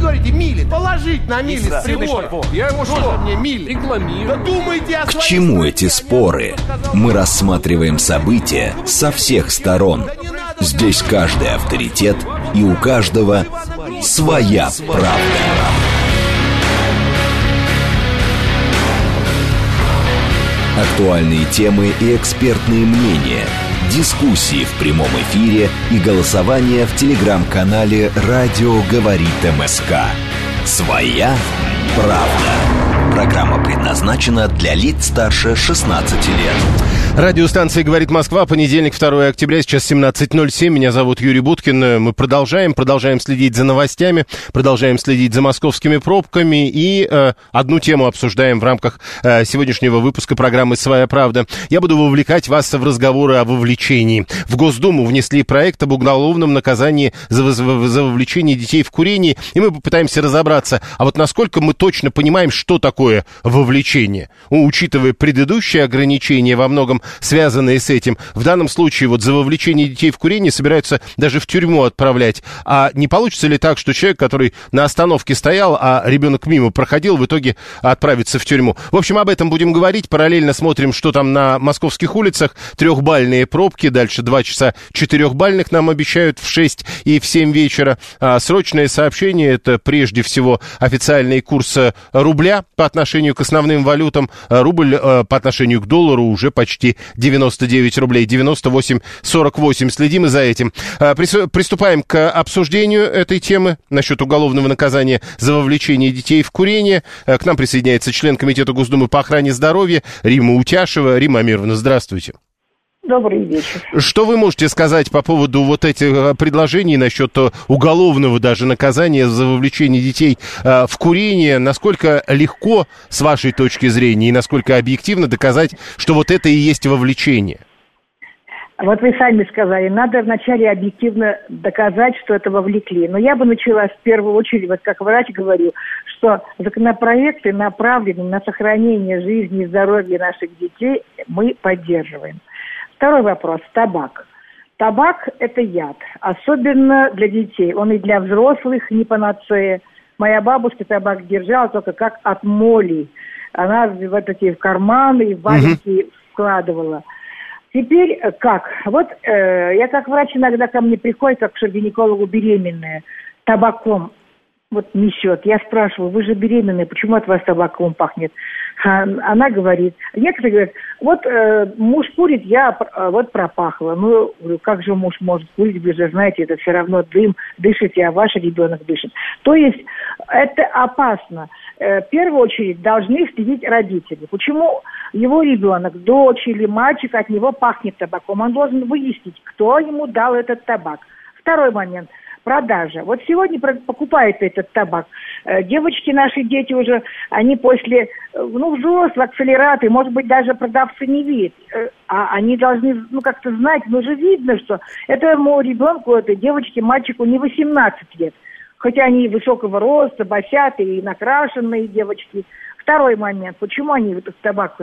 говорите, мили, положить на мили с прибора. Я его что? Мне мили. Рекламирую. Да думайте о К своей чему стране, эти а не споры? Мы рассматриваем события со всех сторон. Здесь каждый авторитет, и у каждого своя правда. Актуальные темы и экспертные мнения, дискуссии в прямом эфире и голосование в телеграм-канале «Радио говорит МСК». Своя правда. Программа предназначена для лиц старше 16 лет. Радиостанция «Говорит Москва», понедельник, 2 октября, сейчас 17:07. Меня зовут Юрий Буткин. Мы продолжаем следить за новостями, продолжаем следить за московскими пробками и одну тему обсуждаем в рамках сегодняшнего выпуска программы «Своя правда». Я буду вовлекать вас в разговоры о вовлечении. В Госдуму внесли проект об уголовном наказании за вовлечение детей в курение, и мы попытаемся разобраться, а вот насколько мы точно понимаем, что такое вовлечение, учитывая предыдущие ограничения, во многом связанные с этим. В данном случае вот за вовлечение детей в курение собираются даже в тюрьму отправлять. А не получится ли так, что человек, который на остановке стоял, а ребенок мимо проходил, в итоге отправится в тюрьму? В общем, об этом будем говорить. Параллельно смотрим, что там на московских улицах. 3-бальные пробки, дальше 2 часа 4-бальных нам обещают в 6 и в 7 вечера. Срочное сообщение — это прежде всего официальный курс рубля по отношению к основным валютам. Рубль по отношению к доллару уже почти 99 рублей, 98,48. Следим и за этим. Приступаем к обсуждению этой темы насчет уголовного наказания за вовлечение детей в курение. К нам присоединяется член Комитета Госдумы по охране здоровья Римма Утяшева. Римма Амировна, здравствуйте. Добрый вечер. Что вы можете сказать по поводу вот этих предложений насчет уголовного даже наказания за вовлечение детей в курение? Насколько легко, с вашей точки зрения, и насколько объективно доказать, что вот это и есть вовлечение? Вот вы сами сказали, надо вначале объективно доказать, что это вовлекли. Но я бы начала в первую очередь, вот как врач говорю, что законопроекты направлены на сохранение жизни и здоровья наших детей, мы поддерживаем. Второй вопрос. Табак. Табак – это яд, особенно для детей. Он и для взрослых не панацея. Моя бабушка табак держала только как от моли. Она вот эти в карманы и в валенки вкладывала. Теперь как? Вот я как врач иногда ко мне приходит, как к гинекологу беременная, табаком вот несет. Я спрашиваю, вы же беременная, почему от вас табаком пахнет? Она говорит, некоторые говорят, вот муж курит, я вот пропахла. Ну, как же муж может курить, вы же знаете, это все равно дым, дышите, а ваш ребенок дышит. То есть это опасно. В первую очередь должны следить родители. Почему его ребенок, дочь или мальчик, от него пахнет табаком? Он должен выяснить, кто ему дал этот табак. Второй момент. Продажа. Вот сегодня покупают этот табак. Девочки, наши дети уже, они после, взрослых, акселераты, может быть, даже продавцы не видят. А они должны, как-то знать, же видно, что этому ребенку, этой девочке, мальчику не 18 лет. Хотя они высокого роста, босятые и накрашенные девочки. Второй момент. Почему они этот табак?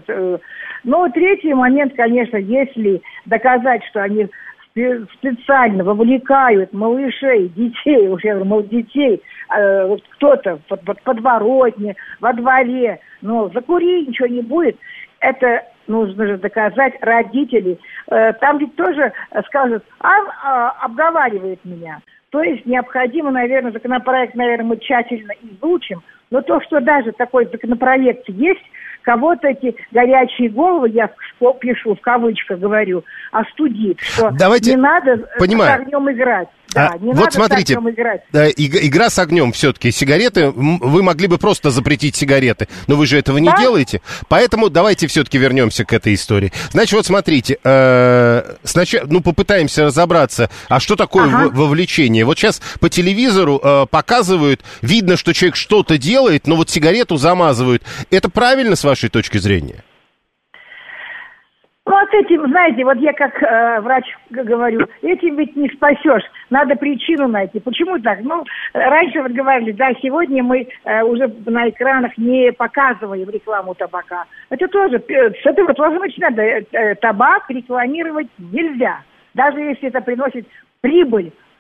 Третий момент, конечно, если доказать, что они специально вовлекают малышей, детей, уж я говорю, детей, вот кто-то в подворотне, во дворе, но закури, ничего не будет. Это нужно же доказать родителей. Там ведь тоже скажут, обговаривает меня. То есть необходимо, наверное, законопроект, мы тщательно изучим, но то, что даже такой законопроект есть, кого-то эти горячие головы, я пишу, в кавычках говорю, остудит, что давайте, не надо понимаю. с огнем играть. Да, не вот надо смотрите, с огнем играть. Игра с огнем все-таки. Сигареты, вы могли бы просто запретить сигареты, но вы же этого не делаете. Поэтому давайте все-таки вернемся к этой истории. Значит, вот смотрите, сначала, попытаемся разобраться, а что такое вовлечение. Вот сейчас по телевизору показывают, видно, что человек что-то делает, но вот сигарету замазывают. Это правильно с вашей точки зрения? С этим, знаете, вот я как врач говорю, этим ведь не спасешь. Надо причину найти. Почему так? Раньше вот говорили, да, сегодня мы уже на экранах не показываем рекламу табака. Это тоже, с этого тоже начинать. Табак рекламировать нельзя. Даже если это приносит прибыль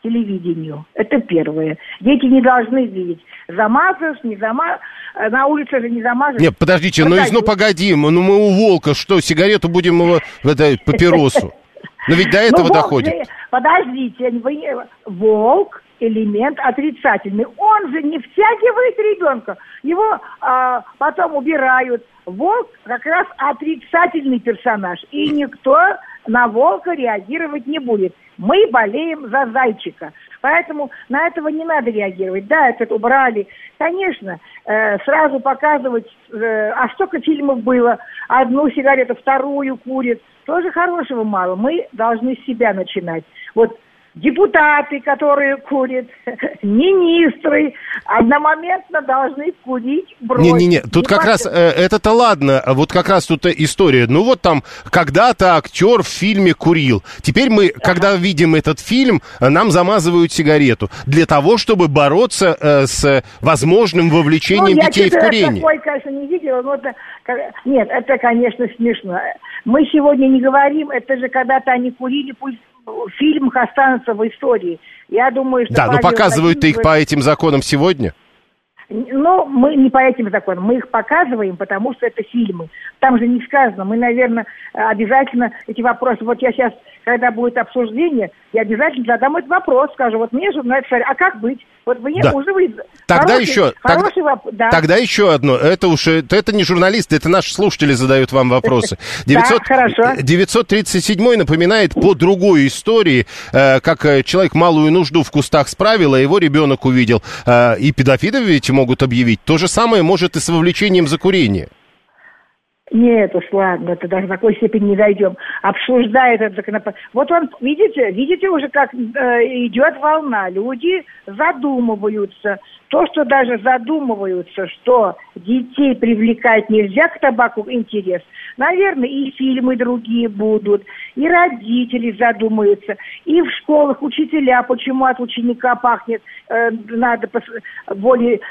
телевидению. Это первое. Дети не должны видеть. Замазаешь, не замазаешь. На улице же не замазаешь. Нет, подождите, погоди, мы у волка что, сигарету будем его, папиросу? Но ведь до этого доходит. Подождите, волк элемент отрицательный. Он же не втягивает ребенка. Его потом убирают. Волк как раз отрицательный персонаж. И никто на волка реагировать не будет. Мы болеем за зайчика. Поэтому на этого не надо реагировать. Да, это убрали. Конечно, сразу показывать, а столько фильмов было. Одну сигарету, вторую курит. Тоже хорошего мало. Мы должны с себя начинать. Вот депутаты, которые курят, министры, одномоментно должны курить, бросить. Не-не-не, тут как раз, это-то ладно, вот как раз тут история. Ну вот там, когда-то актер в фильме курил. Теперь мы, когда видим этот фильм, нам замазывают сигарету. Для того, чтобы бороться с возможным вовлечением детей в курение. Я такое, конечно, не видела, но это... Нет, это, конечно, смешно. Мы сегодня не говорим, это же когда-то они курили, пусть в фильмах останутся в истории. Я думаю, что... Да, но показывают-то их по этим законам сегодня? Ну, мы не по этим законам, мы их показываем, потому что это фильмы. Там же не сказано, мы, наверное, обязательно эти вопросы... Вот я сейчас, когда будет обсуждение, я обязательно задам этот вопрос, скажу, вот мне журналисты говорят, а как быть? Вот мне уже... Тогда еще одно, это не журналисты, это наши слушатели задают вам вопросы. 937 напоминает по другой истории, как человек малую нужду в кустах справил, а его ребенок увидел. И педофилы ведь могут объявить. То же самое может и с вовлечением за курение. Нет уж, ладно, это даже в такой степени не дойдем. Обсуждает этот законопроект. Вот он, видите уже, как идет волна. Люди задумываются. То, что даже задумываются, что детей привлекать нельзя к табаку, интерес. Наверное, и фильмы другие будут, и родители задумаются, и в школах учителя, почему от ученика пахнет, надо более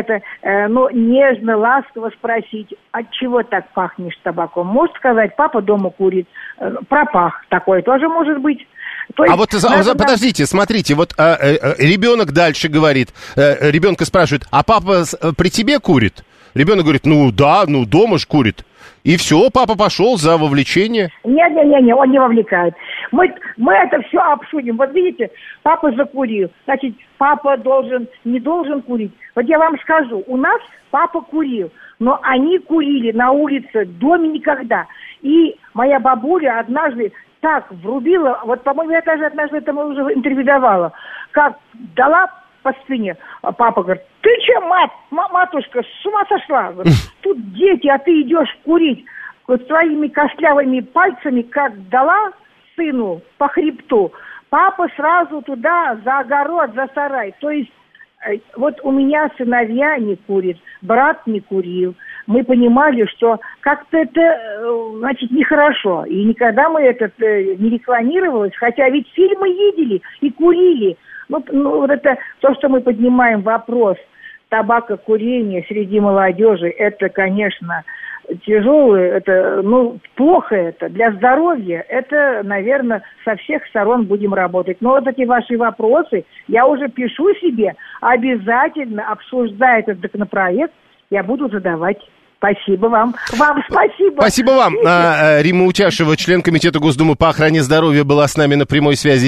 нежно, ласково спросить, от чего так пахнешь табаком. Может сказать, папа дома курит, пропах, такое тоже может быть. Подождите, смотрите, вот ребенок дальше говорит, ребенка спрашивает, а папа при тебе курит? Ребенок говорит, дома ж курит. И все, папа пошел за вовлечение. Нет, он не вовлекает. Мы это все обсудим. Вот видите, папа закурил. Значит, папа не должен курить. Вот я вам скажу, у нас папа курил, но они курили на улице, в доме никогда. И моя бабуля однажды так врубила, вот, по-моему, я даже однажды это уже интервью давала, как дала по спине. А папа говорит, ты че, матушка, с ума сошла? Говорит, тут дети, а ты идешь курить. Вот своими костлявыми пальцами, как дала сыну по хребту, папа сразу туда, за огород, за сарай. То есть, вот у меня сыновья не курят, брат не курил. Мы понимали, что как-то это, значит, нехорошо. И никогда мы это не рекламировалось, хотя ведь фильмы видели и курили. Вот это то, что мы поднимаем вопрос табакокурения среди молодежи, это, конечно, тяжелое, это, плохо это. Для здоровья это, наверное, со всех сторон будем работать. Но вот эти ваши вопросы я уже пишу себе, обязательно обсуждая этот законопроект, я буду задавать. Спасибо вам. Вам спасибо. Спасибо вам. Римма Утяшева, член Комитета Госдумы по охране здоровья, была с нами на прямой связи.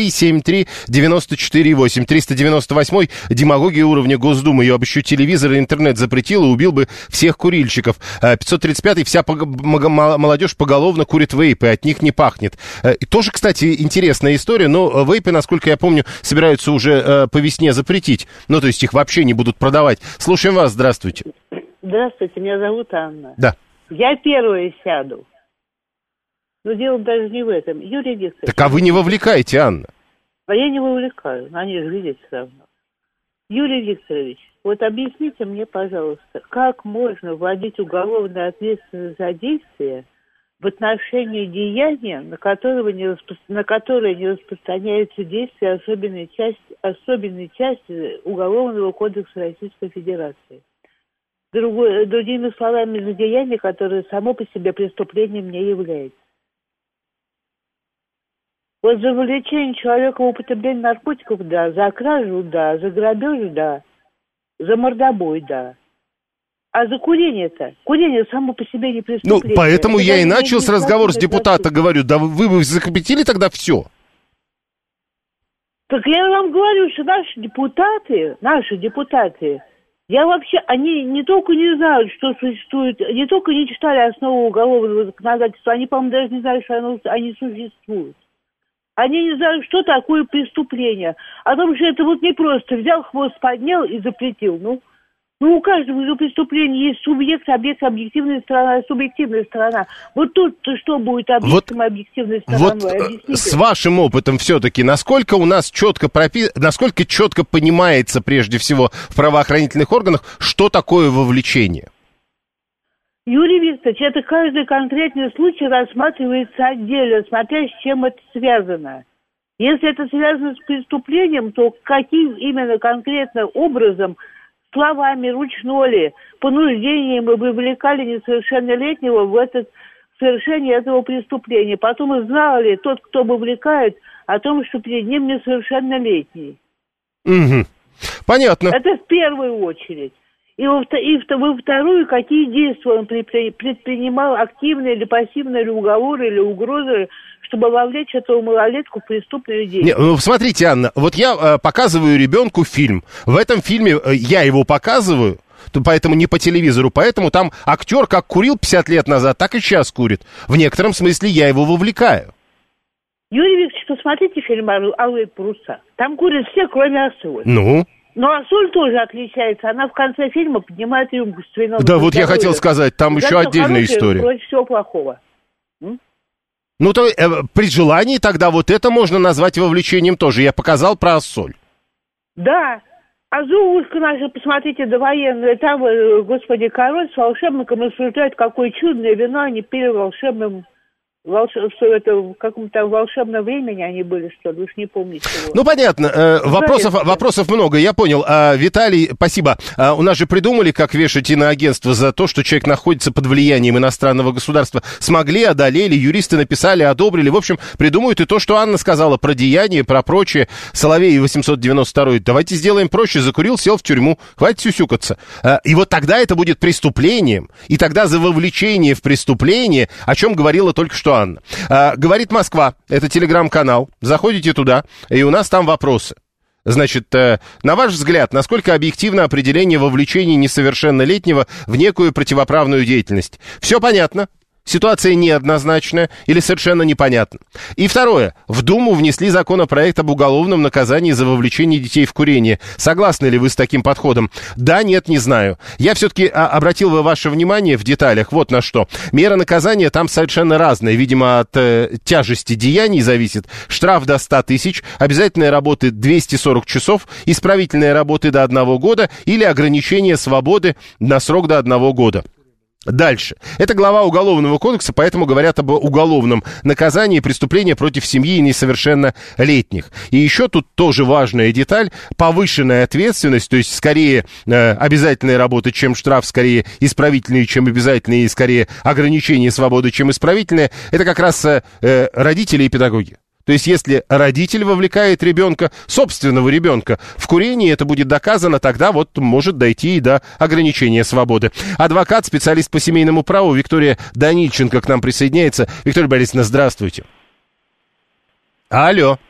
7373948. 398-й. Демагогия уровня Госдумы. Я бы еще телевизор и интернет запретил и убил бы всех курильщиков. 535-й. Вся молодежь поголовно курит вейпы, от них не пахнет. И тоже, кстати, интересная история, но вейпы, насколько я помню, собираются уже по весне запретить. То есть их вообще не будут продавать. Слушаем вас. Здравствуйте. Здравствуйте, меня зовут Анна. Да. Я первая сяду. Но дело даже не в этом. Юрий Викторович. Так а вы не вовлекаете, Анна? А я не вовлекаю, они же видят все равно. Юрий Викторович, вот объясните мне, пожалуйста, как можно вводить уголовную ответственность за действия в отношении деяния, на которое не распространяется действие особенной части Уголовного кодекса Российской Федерации? Другими словами, за деяние, которое само по себе преступлением не является. Вот за вовлечение человека в употребление наркотиков, да, за кражу, да, за грабеж, да, за мордобой, да. А за курение-то? Курение само по себе не преступление. Ну, поэтому я и начал с разговора с депутатом, говорю, да вы бы запретили тогда все. Так я вам говорю, что наши депутаты, я вообще, они не только не знают, что существует, не только не читали основу уголовного законодательства, они, по-моему, даже не знают, что они существуют. Они не знают, что такое преступление. О том, что это вот не просто взял, хвост поднял и запретил. Ну, у каждого преступления есть субъект, объект, объективная сторона, субъективная сторона. Вот тут-то что будет объектом и объективной стороной? Вот Объясните. с вашим опытом все-таки, насколько у нас насколько четко понимается прежде всего в правоохранительных органах, что такое вовлечение? Юрий Викторович, это каждый конкретный случай рассматривается отдельно, смотря с чем это связано. Если это связано с преступлением, то каким именно конкретно образом, словами, ручно ли, понуждением мы вовлекали несовершеннолетнего в это совершение этого преступления. Потом знал ли тот, кто вовлекает, о том, что перед ним несовершеннолетний. Угу. Понятно. Это в первую очередь. И во вторую, какие действия он предпринимал, активные или пассивные, или уговоры, или угрозы, чтобы вовлечь эту малолетку в преступную деятельность. Ну, смотрите, Анна, вот я показываю ребенку фильм. В этом фильме я его показываю, поэтому не по телевизору, поэтому там актер как курил 50 лет назад, так и сейчас курит. В некотором смысле я его вовлекаю. Юрий Викторович, посмотрите фильм «Алые паруса». Там курят все, кроме Асоль. Ну? Но Асоль тоже отличается. Она в конце фильма поднимает рюмку с вином. Да, вот я хотел сказать, там еще отдельная история. Против всего плохого. Ну, то при желании тогда вот это можно назвать вовлечением тоже. Я показал про Ассоль. Да. А Золушка наша, посмотрите, довоенная, там, господи, король с волшебником рассуждает, какое чудное вино они пили волшебным... Что это в каком-то волшебном времени они были, что ли, уж не помню чего. Ну, понятно, вопросов много, я понял. Виталий, спасибо. У нас же придумали, как вешать иноагентство за то, что человек находится под влиянием иностранного государства. Смогли, одолели, юристы написали, одобрили. В общем, придумают и то, что Анна сказала про деяния, про прочее. Соловей 892. Давайте сделаем проще. Закурил, сел в тюрьму. Хватит сюсюкаться. И вот тогда это будет преступлением. И тогда за вовлечение в преступление, о чем говорила только что Анна. Говорит Москва, это телеграм-канал, заходите туда, и у нас там вопросы. Значит, на ваш взгляд, насколько объективно определение вовлечения несовершеннолетнего в некую противоправную деятельность? Все понятно? Ситуация неоднозначная или совершенно непонятна. И второе. В Думу внесли законопроект об уголовном наказании за вовлечение детей в курение. Согласны ли вы с таким подходом? Да, нет, не знаю. Я все-таки обратил ваше внимание в деталях вот на что. Мера наказания там совершенно разная. Видимо, от тяжести деяний зависит. Штраф до 100 тысяч, обязательная работа 240 часов, исправительные работы до 1 года или ограничение свободы на срок до 1 года. Дальше. Это глава Уголовного кодекса, поэтому говорят об уголовном наказании преступления против семьи и несовершеннолетних. И еще тут тоже важная деталь. Повышенная ответственность, то есть скорее обязательная работа, чем штраф, скорее исправительные, чем обязательные, и скорее ограничение свободы, чем исправительные. Это как раз родители и педагоги. То есть, если родитель вовлекает ребенка, собственного ребенка, в курение, это будет доказано, тогда вот может дойти и до ограничения свободы. Адвокат, специалист по семейному праву Виктория Данильченко к нам присоединяется. Виктория Борисовна, здравствуйте. Алло.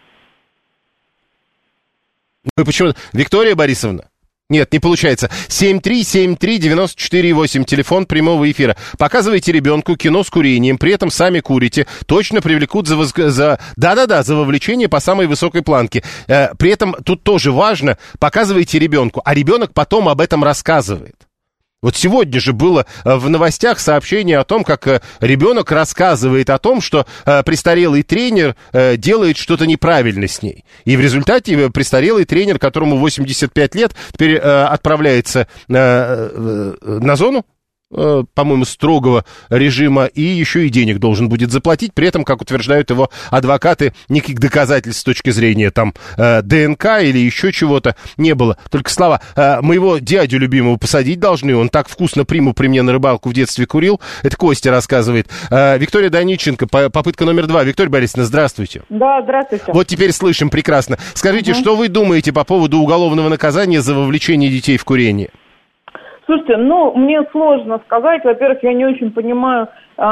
Вы почему? Виктория Борисовна? Нет, не получается. 7373948, телефон прямого эфира. Показывайте ребенку кино с курением, при этом сами курите, точно привлекут за вовлечение по самой высокой планке. При этом тут тоже важно, показывайте ребенку, а ребенок потом об этом рассказывает. Вот сегодня же было в новостях сообщение о том, как ребенок рассказывает о том, что престарелый тренер делает что-то неправильно с ней. И в результате престарелый тренер, которому 85 лет, теперь отправляется на зону по-моему, строгого режима, и еще и денег должен будет заплатить. При этом, как утверждают его адвокаты, никаких доказательств с точки зрения там ДНК или еще чего-то не было. Только слова. Моего дядю любимого посадить должны, он так вкусно приму при мне на рыбалку в детстве курил. Это Костя рассказывает. Виктория Даниченко, попытка номер 2. Виктория Борисовна, здравствуйте. Да, здравствуйте. Вот теперь слышим прекрасно. Скажите, что вы думаете по поводу уголовного наказания за вовлечение детей в курение? Слушайте, мне сложно сказать. Во-первых, я не очень понимаю,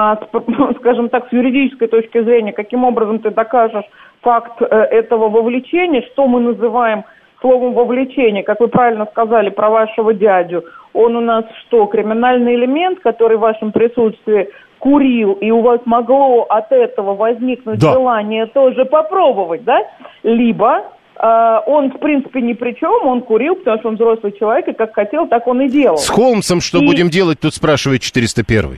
скажем так, с юридической точки зрения, каким образом ты докажешь факт этого вовлечения, что мы называем словом вовлечение. Как вы правильно сказали про вашего дядю, он у нас что, криминальный элемент, который в вашем присутствии курил, и у вас могло от этого возникнуть желание тоже попробовать, да? Либо он, в принципе, ни при чем, он курил, потому что он взрослый человек, и как хотел, так он и делал. С Холмсом что будем делать, тут спрашивает 401.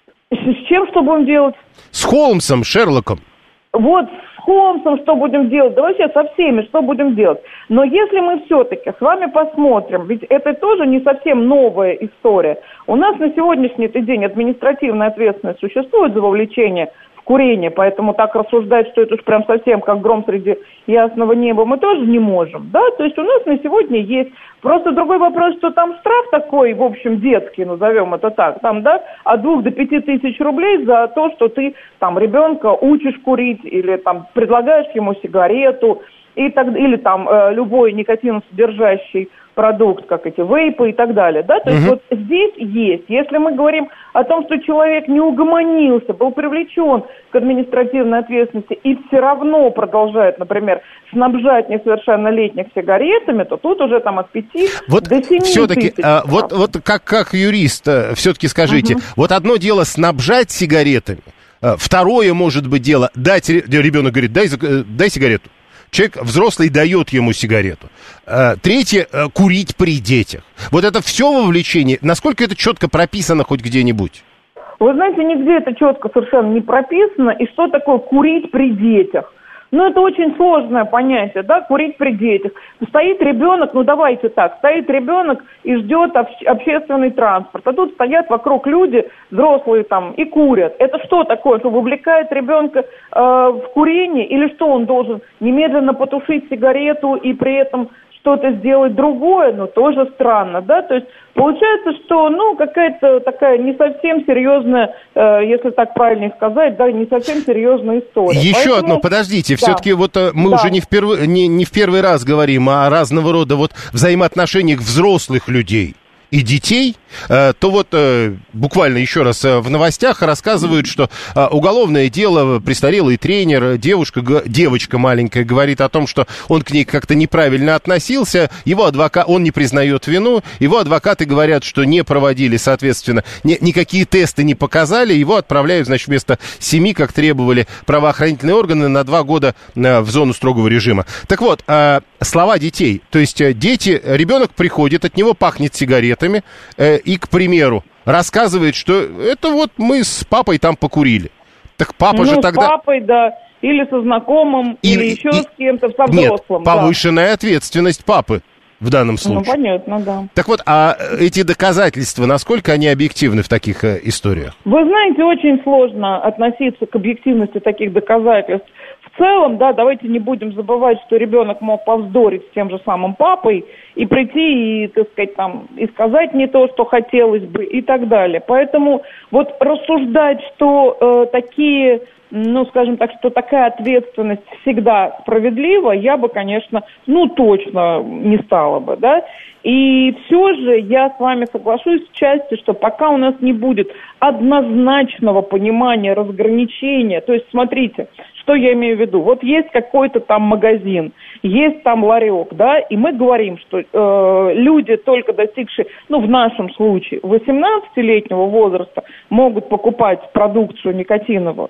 С чем что будем делать? С Холмсом, Шерлоком. Вот с Холмсом что будем делать? Да вообще со всеми что будем делать? Но если мы все-таки с вами посмотрим, ведь это тоже не совсем новая история. У нас на сегодняшний день административная ответственность существует за вовлечение курение, поэтому так рассуждать, что это уж прям совсем как гром среди ясного неба, мы тоже не можем, да, то есть у нас на сегодня есть, просто другой вопрос, что там штраф такой, в общем, детский, назовем это так, там, да, от 2 до 5 тысяч рублей за то, что ты там ребенка учишь курить или там предлагаешь ему сигарету, и так, или там любой никотиносодержащий продукт, как эти вейпы и так далее, да, то есть вот здесь есть, если мы говорим о том, что человек не угомонился, был привлечен к административной ответственности и все равно продолжает, например, снабжать несовершеннолетних сигаретами, то тут уже там от 5 до 7 все-таки, тысяч. Вот как юрист, все-таки скажите, вот одно дело снабжать сигаретами, второе, может быть, дело дать, ребенок говорит, дай сигарету. Человек взрослый дает ему сигарету. Третье, курить при детях. Вот это все вовлечение. Насколько это четко прописано хоть где-нибудь? Вы знаете, нигде это четко совершенно не прописано. И что такое курить при детях? Это очень сложное понятие, да, курить при детях. Стоит ребенок, давайте так, стоит ребенок и ждет общественный транспорт, а тут стоят вокруг люди, взрослые там, и курят. Это что такое, что вовлекает ребенка в курение, или что он должен немедленно потушить сигарету и при этом что-то сделать другое, тоже странно, да, то есть получается, что, какая-то такая не совсем серьезная, если так правильно сказать, да, не совсем серьезная история. Еще одно, подождите, все-таки вот мы уже не в первый раз говорим о разного рода вот взаимоотношениях взрослых людей и детей, то вот буквально еще раз в новостях рассказывают, что уголовное дело, престарелый тренер, девочка маленькая говорит о том, что он к ней как-то неправильно относился, он не признает вину, его адвокаты говорят, что не проводили, соответственно, никакие тесты не показали, его отправляют, значит, вместо 7, как требовали правоохранительные органы, на 2 года в зону строгого режима. Так вот, слова детей, то есть ребенок приходит, от него пахнет сигаретами, и, к примеру, рассказывает, что это вот мы с папой там покурили. Так папа же тогда... с папой, да, или со знакомым, или еще с кем-то, со взрослым. Нет, повышенная ответственность папы в данном случае. Понятно, да. Так вот, а эти доказательства, насколько они объективны в таких историях? Вы знаете, очень сложно относиться к объективности таких доказательств. В целом, да, давайте не будем забывать, что ребенок мог повздорить с тем же самым папой и прийти и, так сказать, там, и сказать не то, что хотелось бы, и так далее. Поэтому вот рассуждать, что такие, скажем так, что такая ответственность всегда справедлива, я бы, конечно, точно не стала бы, да. И все же я с вами соглашусь в части, что пока у нас не будет однозначного понимания, разграничения, то есть, смотрите, что я имею в виду? Вот есть какой-то там магазин, есть там ларек, да, и мы говорим, что люди, только достигшие, в нашем случае, 18-летнего возраста, могут покупать продукцию никотиновую,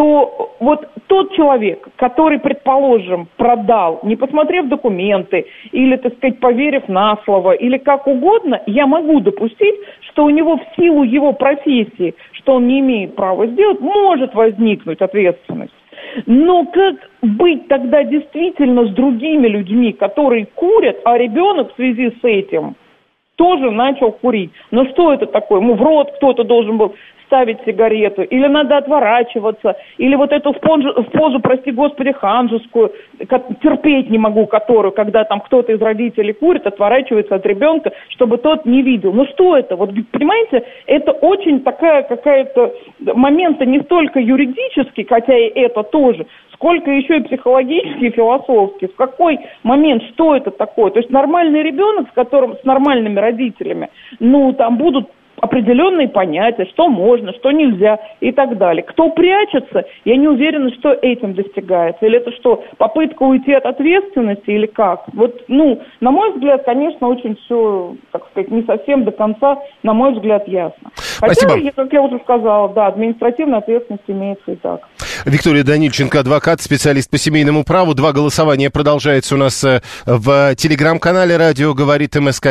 то вот тот человек, который, предположим, продал, не посмотрев документы, или, так сказать, поверив на слово, или как угодно, я могу допустить, что у него в силу его профессии, что он не имеет права сделать, может возникнуть ответственность. Но как быть тогда действительно с другими людьми, которые курят, а ребенок в связи с этим тоже начал курить. Но что это такое? Ему в рот кто-то должен был ставить сигарету, или надо отворачиваться, или вот эту в позу, прости господи, ханжескую, терпеть не могу, которую, когда там кто-то из родителей курит, отворачивается от ребенка, чтобы тот не видел. Ну что это? Вот, понимаете, это очень такая какая-то момента не столько юридический, хотя и это тоже, сколько еще и психологически, и философски. В какой момент, что это такое? То есть нормальный ребенок, с нормальными родителями, ну, там будут определенные понятия, что можно, что нельзя и так далее. Кто прячется, я не уверена, что этим достигается. Или это что, попытка уйти от ответственности или как? Вот, ну, на мой взгляд, конечно, очень все, так сказать, не совсем до конца, на мой взгляд, ясно. Хотя, как я уже сказала, да, административная ответственность имеется и так. Виктория Данильченко, адвокат, специалист по семейному праву. 2 голосования продолжается у нас в телеграм-канале «Радио говорит МСК»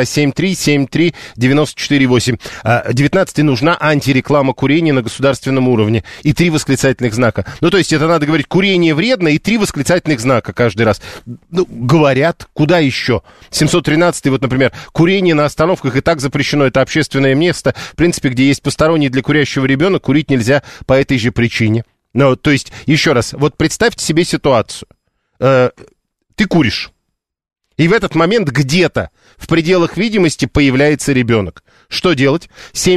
7373948. 19 нужна антиреклама курения на государственном уровне. И 3 восклицательных знака. Ну, то есть это надо говорить, курение вредно, и 3 восклицательных знака каждый раз. Ну, говорят, куда еще? 713, вот, например, курение на остановках и так запрещено. Это общественное место, в принципе, где есть посторонний для курящего ребенка, курить нельзя по этой же причине. Ну, то есть, еще раз, вот представьте себе ситуацию. Ты куришь, и в этот момент где-то в пределах видимости появляется ребенок. Что делать?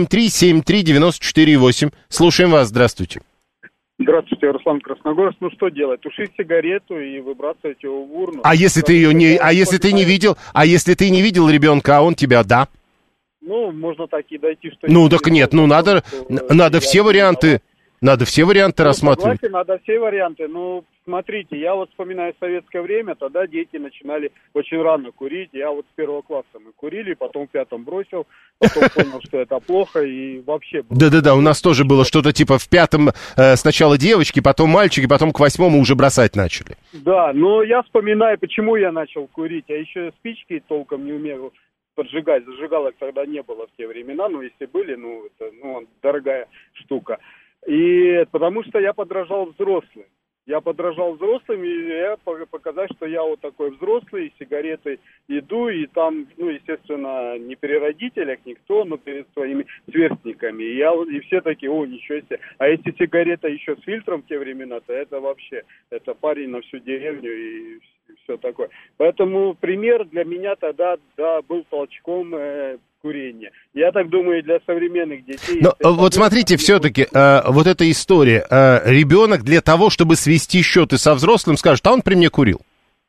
7373948. Слушаем вас, здравствуйте. Здравствуйте, Руслан Красногорск. Ну что делать? Тушить сигарету и выбрасывать его в урну. А если ты ее не, если ты не видел, если ты не видел ребенка, а он тебя, да? Ну, можно так и дойти, что... Ну, так нет, ну надо все варианты... Надо все варианты рассматривать. Согласен, надо все варианты. Ну, смотрите, я вот вспоминаю советское время, тогда дети начинали очень рано курить. Я вот с 1 класса мы курили, потом в 5 бросил, потом понял, что это плохо и вообще... Да-да-да, у нас тоже было что-то типа в 5 сначала девочки, потом мальчики, потом к 8 уже бросать начали. Да, но я вспоминаю, почему я начал курить. Я еще спички толком не умел поджигать. Зажигалок тогда не было в те времена, но если были, ну, это дорогая штука. И потому что я подражал взрослым. Я подражал взрослым, и я показать, что я вот такой взрослый, сигареты иду, и там, ну, естественно, не при родителях никто, но перед своими сверстниками. И все такие, о, ничего себе. А если сигарета еще с фильтром в те времена, то это вообще, это парень на всю деревню и все такое. Поэтому пример для меня тогда, да, был толчком курения. Я так думаю, и для современных детей... Но вот смотрите, все-таки, вот эта история. Ребенок для того, чтобы свести счеты со взрослым, скажет, а он при мне курил.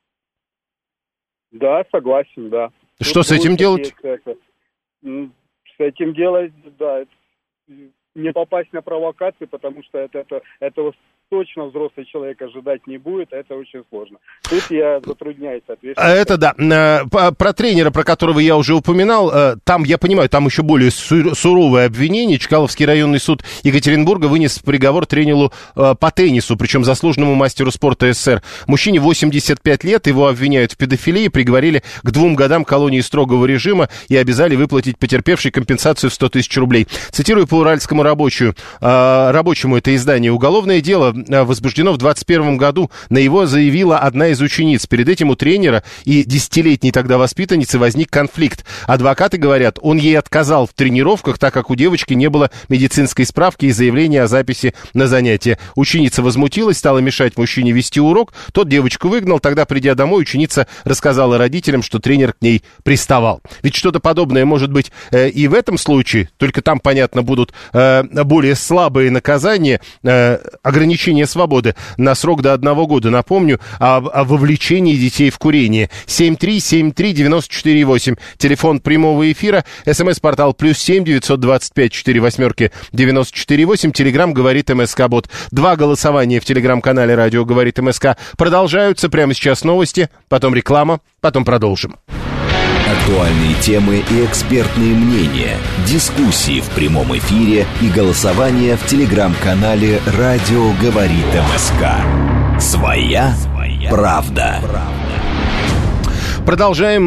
Да, согласен, да. Что с этим делать? С этим делать, да, не попасть на провокации, потому что этого точно взрослый человек ожидать не будет, это очень сложно. Тут я затрудняюсь ответить. Это да. Про тренера, про которого я уже упоминал, там, я понимаю, там еще более суровое обвинение. Чкаловский районный суд Екатеринбурга вынес приговор тренеру по теннису, причем заслуженному мастеру спорта СССР. Мужчине 85 лет, его обвиняют в педофилии, приговорили к 2 годам колонии строгого режима и обязали выплатить потерпевшей компенсацию в 100 тысяч рублей. Цитирую по уральскому рабочему это издание. Уголовное дело возбуждено в 2021 году. На его заявила одна из учениц. Перед этим у тренера и 10-летней тогда воспитанницы возник конфликт. Адвокаты говорят, он ей отказал в тренировках, так как у девочки не было медицинской справки и заявления о записи на занятия. Ученица возмутилась, стала мешать мужчине вести урок. Тот девочку выгнал. Тогда, придя домой, ученица рассказала родителям, что тренер к ней приставал. Ведь что-то подобное может быть и в этом случае, только там, понятно, будут более слабые наказания, ограничения свободы на срок до 1 года. Напомню о вовлечении детей в курение. 7373948. Телефон прямого эфира. СМС-портал +7 925 48 948. Телеграм говорит МСК-бот. 2 голосования в телеграм-канале «Радио говорит МСК» продолжаются. Прямо сейчас новости, потом реклама, потом продолжим. Актуальные темы и экспертные мнения, дискуссии в прямом эфире и голосование в телеграм-канале «Радио говорит МСК». Своя правда. Продолжаем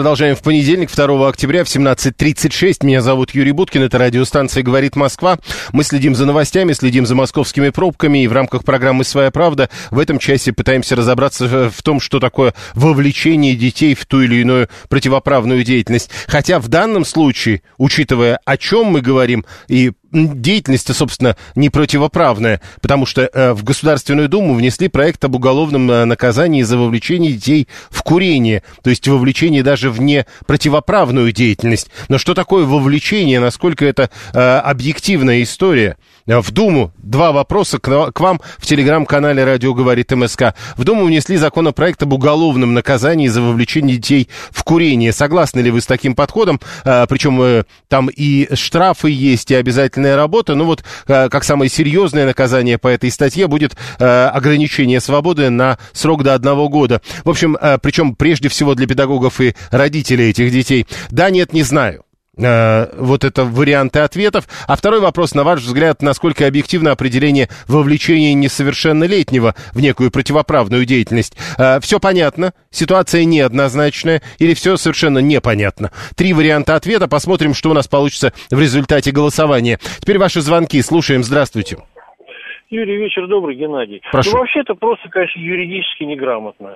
в понедельник, 2 октября в 17:36. Меня зовут Юрий Буткин, это радиостанция «Говорит Москва». Мы следим за новостями, следим за московскими пробками, и в рамках программы «Своя правда» в этом часе пытаемся разобраться в том, что такое вовлечение детей в ту или иную противоправную деятельность. Хотя в данном случае, учитывая, о чем мы говорим, и деятельность, собственно, не противоправная, потому что в Государственную Думу внесли проект об уголовном наказании за вовлечение детей в курение, то есть вовлечение даже в не противоправную деятельность. Но что такое вовлечение, насколько это объективная история? В Думу два вопроса к вам в телеграм-канале «Радио говорит МСК». В Думу внесли законопроект об уголовном наказании за вовлечение детей в курение. Согласны ли вы с таким подходом? Причем там и штрафы есть, и обязательная работа. Ну вот, как самое серьезное наказание по этой статье будет ограничение свободы на срок до 1 года. В общем, причем прежде всего для педагогов и родителей этих детей. Да, нет, не знаю. Вот это варианты ответов. А второй вопрос, на ваш взгляд, насколько объективно определение вовлечения несовершеннолетнего в некую противоправную деятельность? Все понятно, ситуация неоднозначная или все совершенно непонятно? 3 варианта ответа, посмотрим, что у нас получится в результате голосования. Теперь ваши звонки, слушаем, здравствуйте. Юрий, вечер добрый, Геннадий. Прошу. Ну, вообще-то просто, конечно, юридически неграмотно.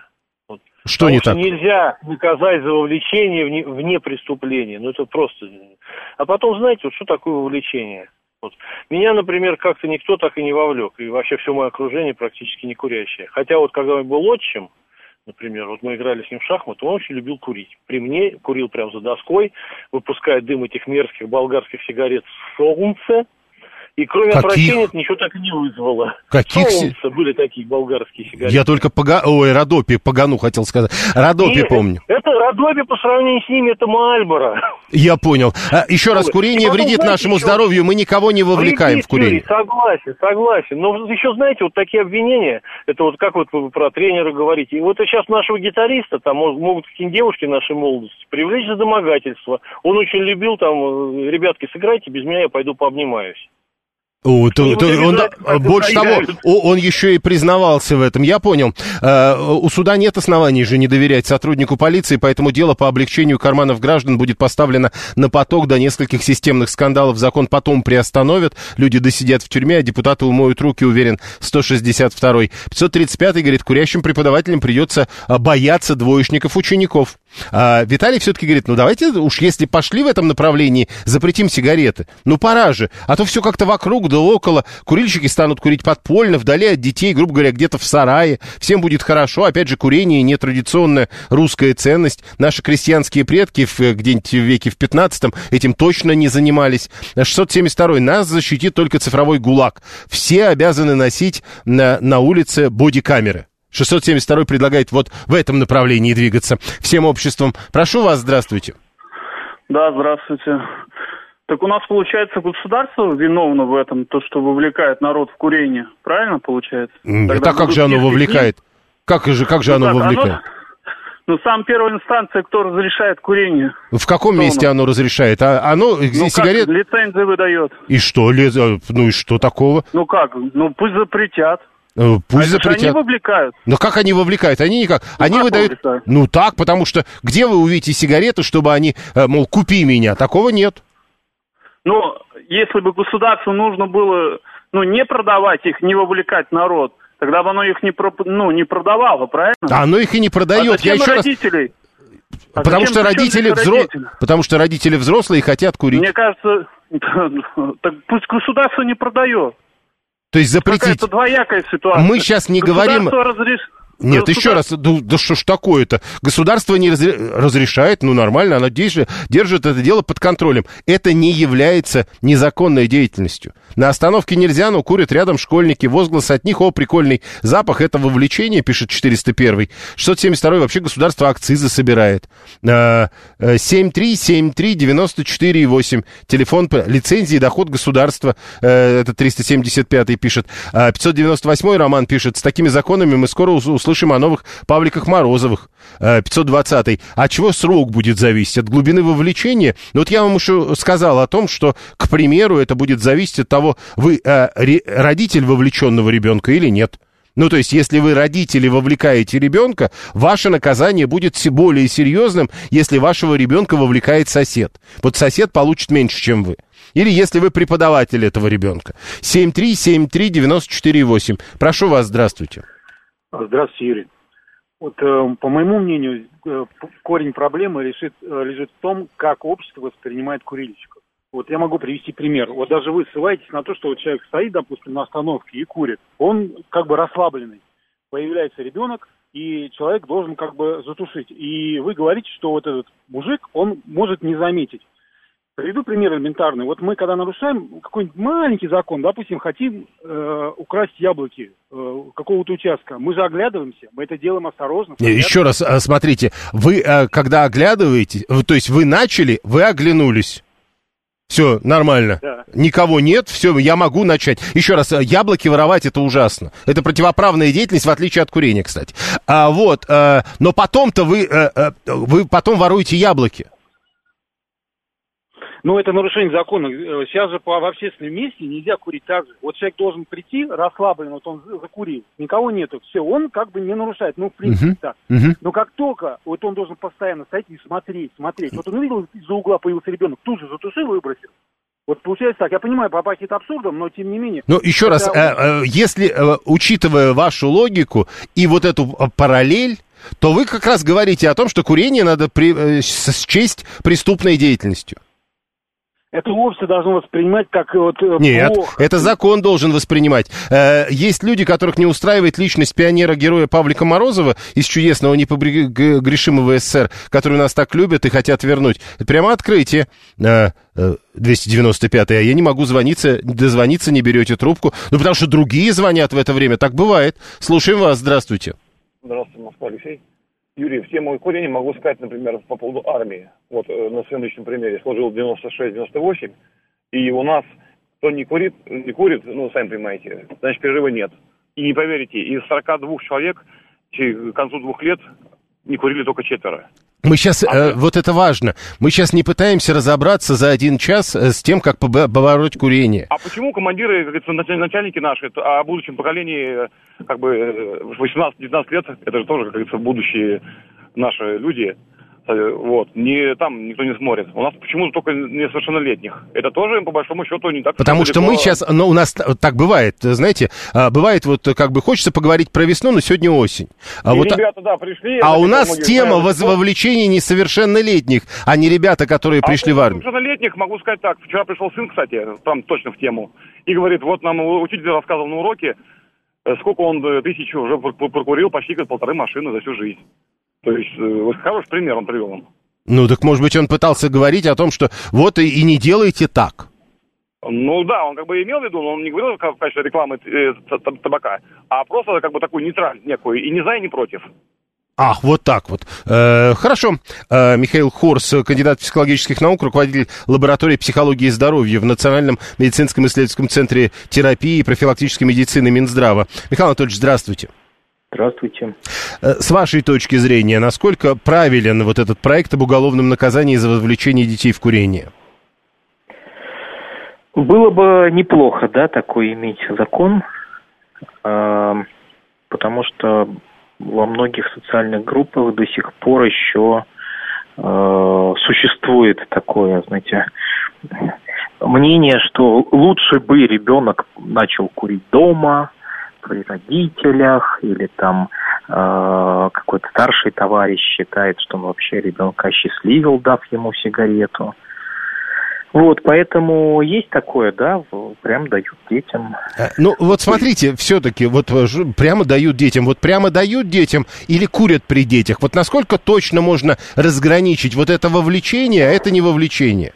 Что не так? Нельзя наказать за вовлечение вне преступления. Ну, это просто... А потом, знаете, вот что такое вовлечение? Вот. Меня, например, как-то никто так и не вовлек. И вообще все мое окружение практически не курящее. Хотя вот когда я был отчим, например, вот мы играли с ним в шахматы, он очень любил курить. При мне курил прям за доской, выпуская дым этих мерзких болгарских сигарет «Солнце». И кроме отвращения это ничего так и не вызвало. Солнце были такие болгарские сигареты. Я только Родопи, Пагану хотел сказать. Родопи помню. Это Родопи по сравнению с ними, это Мальборо. Я понял. Еще раз, курение вредит нашему здоровью, мы никого не вовлекаем в курение. Юрий, согласен. Но еще, знаете, вот такие обвинения, это вот как вот вы про тренера говорите. И вот сейчас нашего гитариста, там могут какие-нибудь девушки нашей молодости привлечь за домогательство. Он очень любил там, ребятки, сыграйте, без меня я пойду пообнимаюсь. Больше того, он еще и признавался в этом, я понял. У суда нет оснований же не доверять сотруднику полиции, поэтому дело по облегчению карманов граждан будет поставлено на поток. До нескольких системных скандалов закон потом приостановят, люди досидят в тюрьме, а депутаты умоют руки, уверен 162-й. 535-й говорит, курящим преподавателям придется бояться двоечников учеников. Виталий все-таки говорит, ну давайте уж если пошли в этом направлении, запретим сигареты. Ну пора же, а то все как-то вокруг да около. Курильщики станут курить подпольно, вдали от детей, грубо говоря, где-то в сарае. Всем будет хорошо. Опять же, курение не традиционная русская ценность. Наши крестьянские предки где-нибудь в веке в 15-м этим точно не занимались. 672-й. Нас защитит только цифровой ГУЛАГ. Все обязаны носить на улице бодикамеры. 672-й предлагает вот в этом направлении двигаться всем обществом. Прошу вас, здравствуйте. Да, здравствуйте. Так у нас, получается, государство виновно в этом, то, что вовлекает народ в курение. Правильно получается? Так как же оно вовлекает? Как же оно вовлекает? Сам первая инстанция, кто разрешает курение. В каком месте оно разрешает? Оно сигарет... лицензию выдает. И что? Ну и что такого? Пусть запретят. Пусть запретят. Они вовлекают. Но как они вовлекают? Они никак. Они выдают... Вовлекают? Потому что где вы увидите сигареты, чтобы они, мол, купи меня? Такого нет. Если бы государству нужно было, не продавать их, не вовлекать народ, тогда бы оно их не продавало, правильно? А оно их и не продает. Я еще родителей? Потому что родители взрослые и хотят курить. Мне кажется, так пусть государство не продает. То есть запретить... Какая-то двоякая ситуация. Мы сейчас не говорим... Нет, еще раз, да что ж такое-то? Государство не разрешает, нормально, оно держит это дело под контролем. Это не является незаконной деятельностью. На остановке нельзя, но курят рядом школьники. Возглас от них, прикольный запах, это вовлечение, пишет 401-й. 672-й вообще государство акцизы собирает. 7373948, телефон, лицензии, доход государства, это 375-й пишет. 598-й Роман пишет, с такими законами мы скоро услышим о новых Павликах Морозовых. 520-й. От чего срок будет зависеть? От глубины вовлечения? Я вам еще сказал о том, что, к примеру, это будет зависеть от того, вы родитель вовлеченного ребенка или нет. Ну, то есть, если вы, родители, вовлекаете ребенка, ваше наказание будет более серьезным, если вашего ребенка вовлекает сосед. Вот сосед получит меньше, чем вы. Или если вы преподаватель этого ребенка. 7373948. Прошу вас, здравствуйте. Здравствуйте, Юрий. Вот, по моему мнению, корень проблемы лежит в том, как общество воспринимает курильщиков. Вот я могу привести пример. Вот даже вы ссылаетесь на то, что вот человек стоит, допустим, на остановке и курит. Он как бы расслабленный. Появляется ребенок, и человек должен как бы затушить. И вы говорите, что вот этот мужик, он может не заметить. Приведу пример элементарный. Вот мы, когда нарушаем какой-нибудь маленький закон, допустим, хотим украсть яблоки какого-то участка, мы же оглядываемся, мы это делаем осторожно. Еще раз, смотрите, вы, когда оглядываете, то есть вы начали, вы оглянулись. Все, нормально. Да. Никого нет, все, я могу начать. Еще раз, яблоки воровать — это ужасно. Это противоправная деятельность, в отличие от курения, кстати. Но потом-то вы потом воруете яблоки. Ну, это нарушение закона. Сейчас же в общественном месте нельзя курить так же. Вот человек должен прийти расслабленно, вот он закурил, никого нету, все, он как бы не нарушает, ну, в принципе, так. Но как только, вот он должен постоянно стоять и смотреть. Вот он увидел, из-за угла появился ребенок, тут же затушил и выбросил. Вот получается так. Я понимаю, попахивает абсурдом, но тем не менее... Ну, еще раз, если, учитывая вашу логику и вот эту параллель, то вы как раз говорите о том, что курение надо счесть преступной деятельностью. Это общество должно воспринимать как вот Нет, плохо. Это закон должен воспринимать. Есть люди, которых не устраивает личность пионера-героя Павлика Морозова из чудесного непогрешимого СССР, который нас так любят и хотят вернуть. Прямо открытие. 295-й, а я не могу дозвониться, не берете трубку. Ну, потому что другие звонят в это время. Так бывает. Слушаем вас. Здравствуйте. Здравствуйте, Москва, Алексей. Юрий, в тему курения могу сказать, например, по поводу армии. Вот на своем личном примере. Служил в 96-98, и у нас кто не курит, ну, сами понимаете, значит, перерыва нет. И не поверите, из 42 человек к концу 2 лет не курили только 4. Мы сейчас, вот это важно, мы сейчас не пытаемся разобраться за 1 час с тем, как побороть курение. А почему командиры, как говорится, начальники наши, о будущем поколении, как бы 18-19 лет, это же тоже, как говорится, будущие наши люди, вот, там никто не смотрит. У нас почему-то только несовершеннолетних. Это тоже, по большому счету, не так... Потому что мы сейчас, ну, у нас так бывает, знаете, бывает вот как бы хочется поговорить про весну, но сегодня осень. Ребята, да, пришли... А у нас тема вовлечения несовершеннолетних, а не ребята, которые пришли в армию. Несовершеннолетних, могу сказать так, вчера пришел сын, кстати, там точно в тему, и говорит, вот нам учитель рассказывал на уроке, сколько он 1000 уже прокурил, почти 1,5 машины за всю жизнь. То есть, вот хороший пример он привел нам. Ну, так, может быть, он пытался говорить о том, что вот и не делайте так. Ну, да, он как бы имел в виду, но он не говорил в качестве рекламы табака, а просто как бы такую нейтраль некую, и не за, и не против. Ах, вот так вот. Хорошо. Михаил Хорс, кандидат психологических наук, руководитель лаборатории психологии и здоровья в Национальном медицинском исследовательском центре терапии и профилактической медицины Минздрава. Михаил Анатольевич, здравствуйте. Здравствуйте. С вашей точки зрения, насколько правилен вот этот проект об уголовном наказании за вовлечение детей в курение? Было бы неплохо, да, такой иметь закон, потому что во многих социальных группах до сих пор еще существует такое, знаете, мнение, что лучше бы ребенок начал курить дома, при родителях, или там какой-то старший товарищ считает, что он вообще ребенка осчастливил, дав ему сигарету. Вот, поэтому есть такое, да, прям дают детям. Ну, вот смотрите, все-таки, вот прямо дают детям, или курят при детях? Вот насколько точно можно разграничить вот это вовлечение, а это не вовлечение?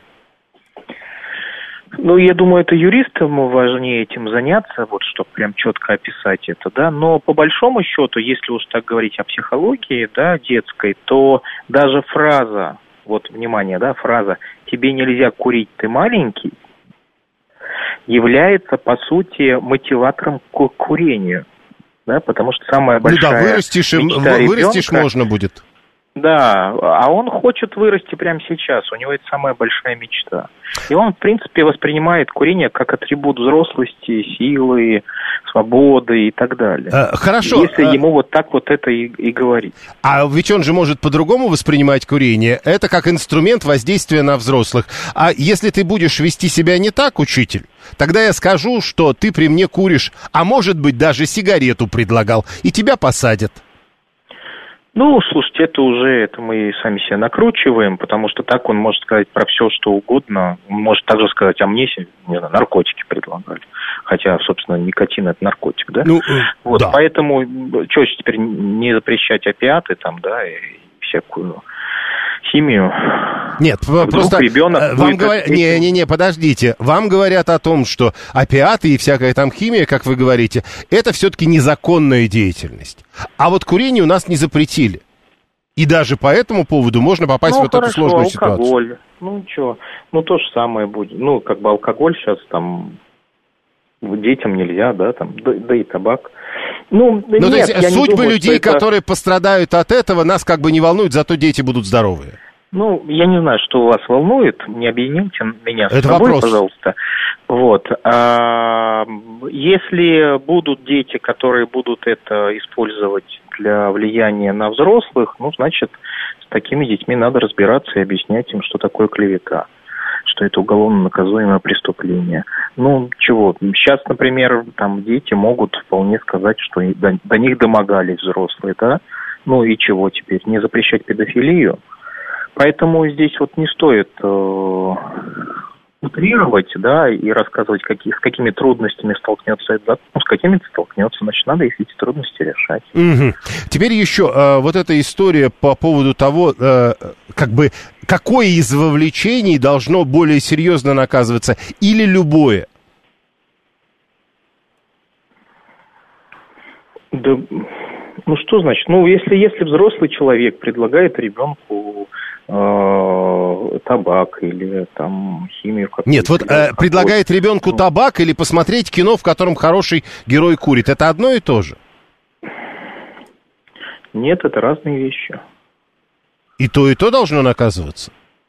Ну, я думаю, это юристам важнее этим заняться, вот, чтобы прям четко описать это, да, но по большому счету, если уж так говорить о психологии, да, детской, то даже фраза, вот, внимание, да, фраза «тебе нельзя курить, ты маленький» является, по сути, мотиватором к курению, да, потому что самая большая мечта ребенка... вырастешь можно будет. Да, а он хочет вырасти прямо сейчас, у него это самая большая мечта. И он, в принципе, воспринимает курение как атрибут взрослости, силы, свободы и так далее. Хорошо. Если ему вот так вот это и говорить. А ведь он же может по-другому воспринимать курение. Это как инструмент воздействия на взрослых. А если ты будешь вести себя не так, учитель, тогда я скажу, что ты при мне куришь, а может быть даже сигарету предлагал, и тебя посадят. Ну, слушайте, это мы сами себя накручиваем, потому что так он может сказать про все, что угодно. Он может также сказать, а мне, не знаю, наркотики предлагали. Хотя, собственно, никотин – это наркотик, да? Ну, вот, да. Поэтому, что же теперь не запрещать опиаты там, да, и всякую химию? Нет, просто вам говорят... Не, подождите. Вам говорят о том, что опиаты и всякая там химия, как вы говорите, это все-таки незаконная деятельность. А вот курение у нас не запретили. И даже по этому поводу можно попасть в вот эту сложную ситуацию. Алкоголь. Ну, что? Ну, то же самое будет. Ну, как бы алкоголь сейчас там детям нельзя, да, там, да и табак. Ну, нет, то есть судьбы думаю, людей, которые пострадают от этого, нас как бы не волнуют, зато дети будут здоровые. Ну, я не знаю, что вас волнует, не объедините меня с собой, вопрос. Пожалуйста. Вот. Если будут дети, которые будут это использовать для влияния на взрослых, ну, значит, с такими детьми надо разбираться и объяснять им, что такое клевета, что это уголовно наказуемое преступление. Ну, чего, сейчас, например, там дети могут вполне сказать, что до них домогались взрослые, да? Ну и чего теперь, не запрещать педофилию? Поэтому здесь вот не стоит утрировать, да, и рассказывать, с какими трудностями столкнется этот закон. Ну, с какими-то столкнется, значит, надо эти трудности решать. Угу. Теперь еще вот эта история по поводу того, как бы, какое из вовлечений должно более серьезно наказываться, или любое? Да, ну что значит? Ну, если взрослый человек предлагает ребенку табак или там химию какую-то. Нет, вот предлагает ребенку табак или посмотреть кино, в котором хороший герой курит. Это одно и то же? Нет, это разные вещи. И то должно наказываться?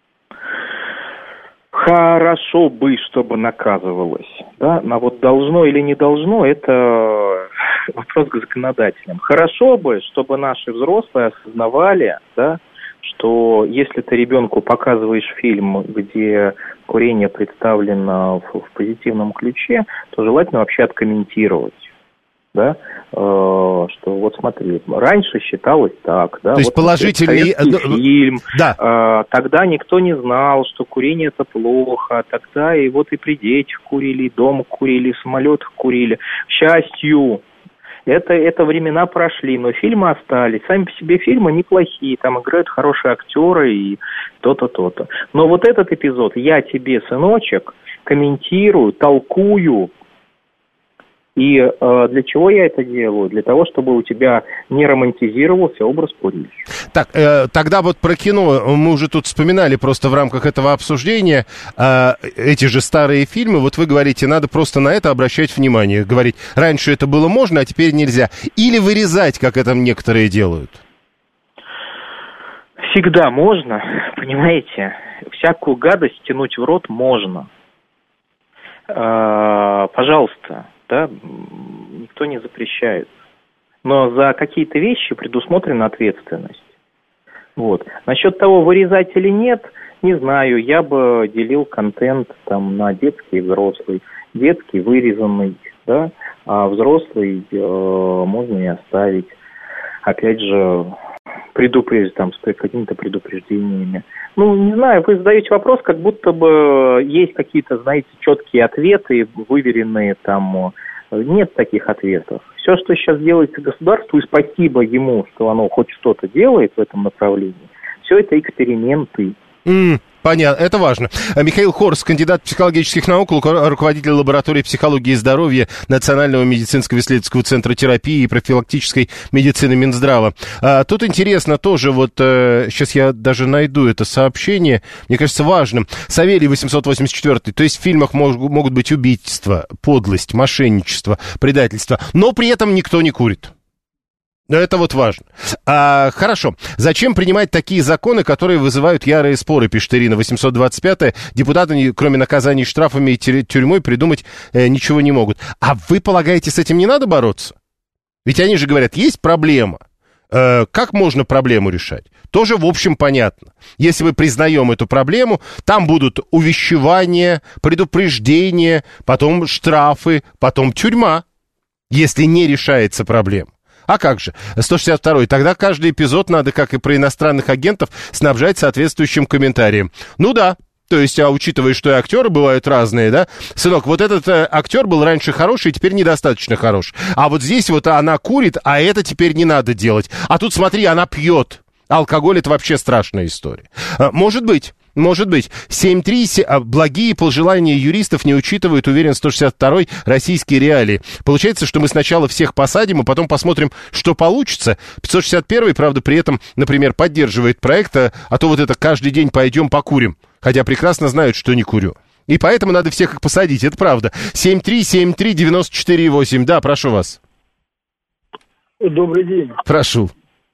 Хорошо бы, чтобы наказывалось. Да? А вот должно или не должно, это вопрос к законодателям. Хорошо бы, чтобы наши взрослые осознавали, да, что если ты ребенку показываешь фильм, где курение представлено в позитивном ключе, то желательно вообще откомментировать, да, что вот смотри, раньше считалось так, да. То есть вот, положительный фильм, да. Тогда никто не знал, что курение это плохо, тогда и вот и при детях курили, и дома курили, и в самолетах курили. К счастью, это времена прошли, но фильмы остались. Сами по себе фильмы неплохие, там играют хорошие актеры и то-то, то-то. Но вот этот эпизод я тебе, сыночек, комментирую, толкую. И для чего я это делаю? Для того, чтобы у тебя не романтизировался образ курильщика. Так, тогда вот про кино мы уже тут вспоминали просто в рамках этого обсуждения эти же старые фильмы. Вот вы говорите, надо просто на это обращать внимание. Говорить, раньше это было можно, а теперь нельзя. Или вырезать, как это некоторые делают. Всегда можно, понимаете. Всякую гадость тянуть в рот можно. Пожалуйста. Да, никто не запрещает. Но за какие-то вещи предусмотрена ответственность. Вот. Насчет того, вырезать или нет, не знаю. Я бы делил контент там на детский и взрослый. Детский вырезанный, да, а взрослый можно и оставить. Опять же, там, с какими-то предупреждениями. Ну, не знаю, вы задаете вопрос, как будто бы есть какие-то, знаете, четкие ответы, выверенные там. Нет таких ответов. Все, что сейчас делается государству, и спасибо ему, что оно хоть что-то делает в этом направлении, все это эксперименты. Понятно, это важно. Михаил Хорс, кандидат психологических наук, руководитель лаборатории психологии и здоровья Национального медицинского исследовательского центра терапии и профилактической медицины Минздрава. Тут интересно тоже, вот сейчас я даже найду это сообщение, мне кажется важным. Савелий 884, то есть в фильмах могут быть убийства, подлость, мошенничество, предательство, но при этом никто не курит. Но это вот важно. Хорошо. Зачем принимать такие законы, которые вызывают ярые споры, пишет Ирина, 825-я. Депутаты, кроме наказаний штрафами и тюрьмой, придумать ничего не могут. А вы полагаете, с этим не надо бороться? Ведь они же говорят, есть проблема. Как можно проблему решать? Тоже, в общем, понятно. Если мы признаем эту проблему, там будут увещевания, предупреждения, потом штрафы, потом тюрьма, если не решается проблема. А как же? 162-й. Тогда каждый эпизод надо, как и про иностранных агентов, снабжать соответствующим комментарием. Ну да. То есть, учитывая, что и актеры бывают разные, да? Сынок, вот этот актер был раньше хороший, теперь недостаточно хорош. А вот здесь вот она курит, а это теперь не надо делать. А тут, смотри, она пьет. Алкоголь — это вообще страшная история. Может быть. 7-3, благие пожелания юристов не учитывают, уверен, 162-й, российские реалии. Получается, что мы сначала всех посадим, а потом посмотрим, что получится. 561-й, правда, при этом, например, поддерживает проект, а то вот это каждый день пойдем покурим. Хотя прекрасно знают, что не курю. И поэтому надо всех их посадить, это правда. 7373948. Да, прошу вас. Добрый день. Прошу.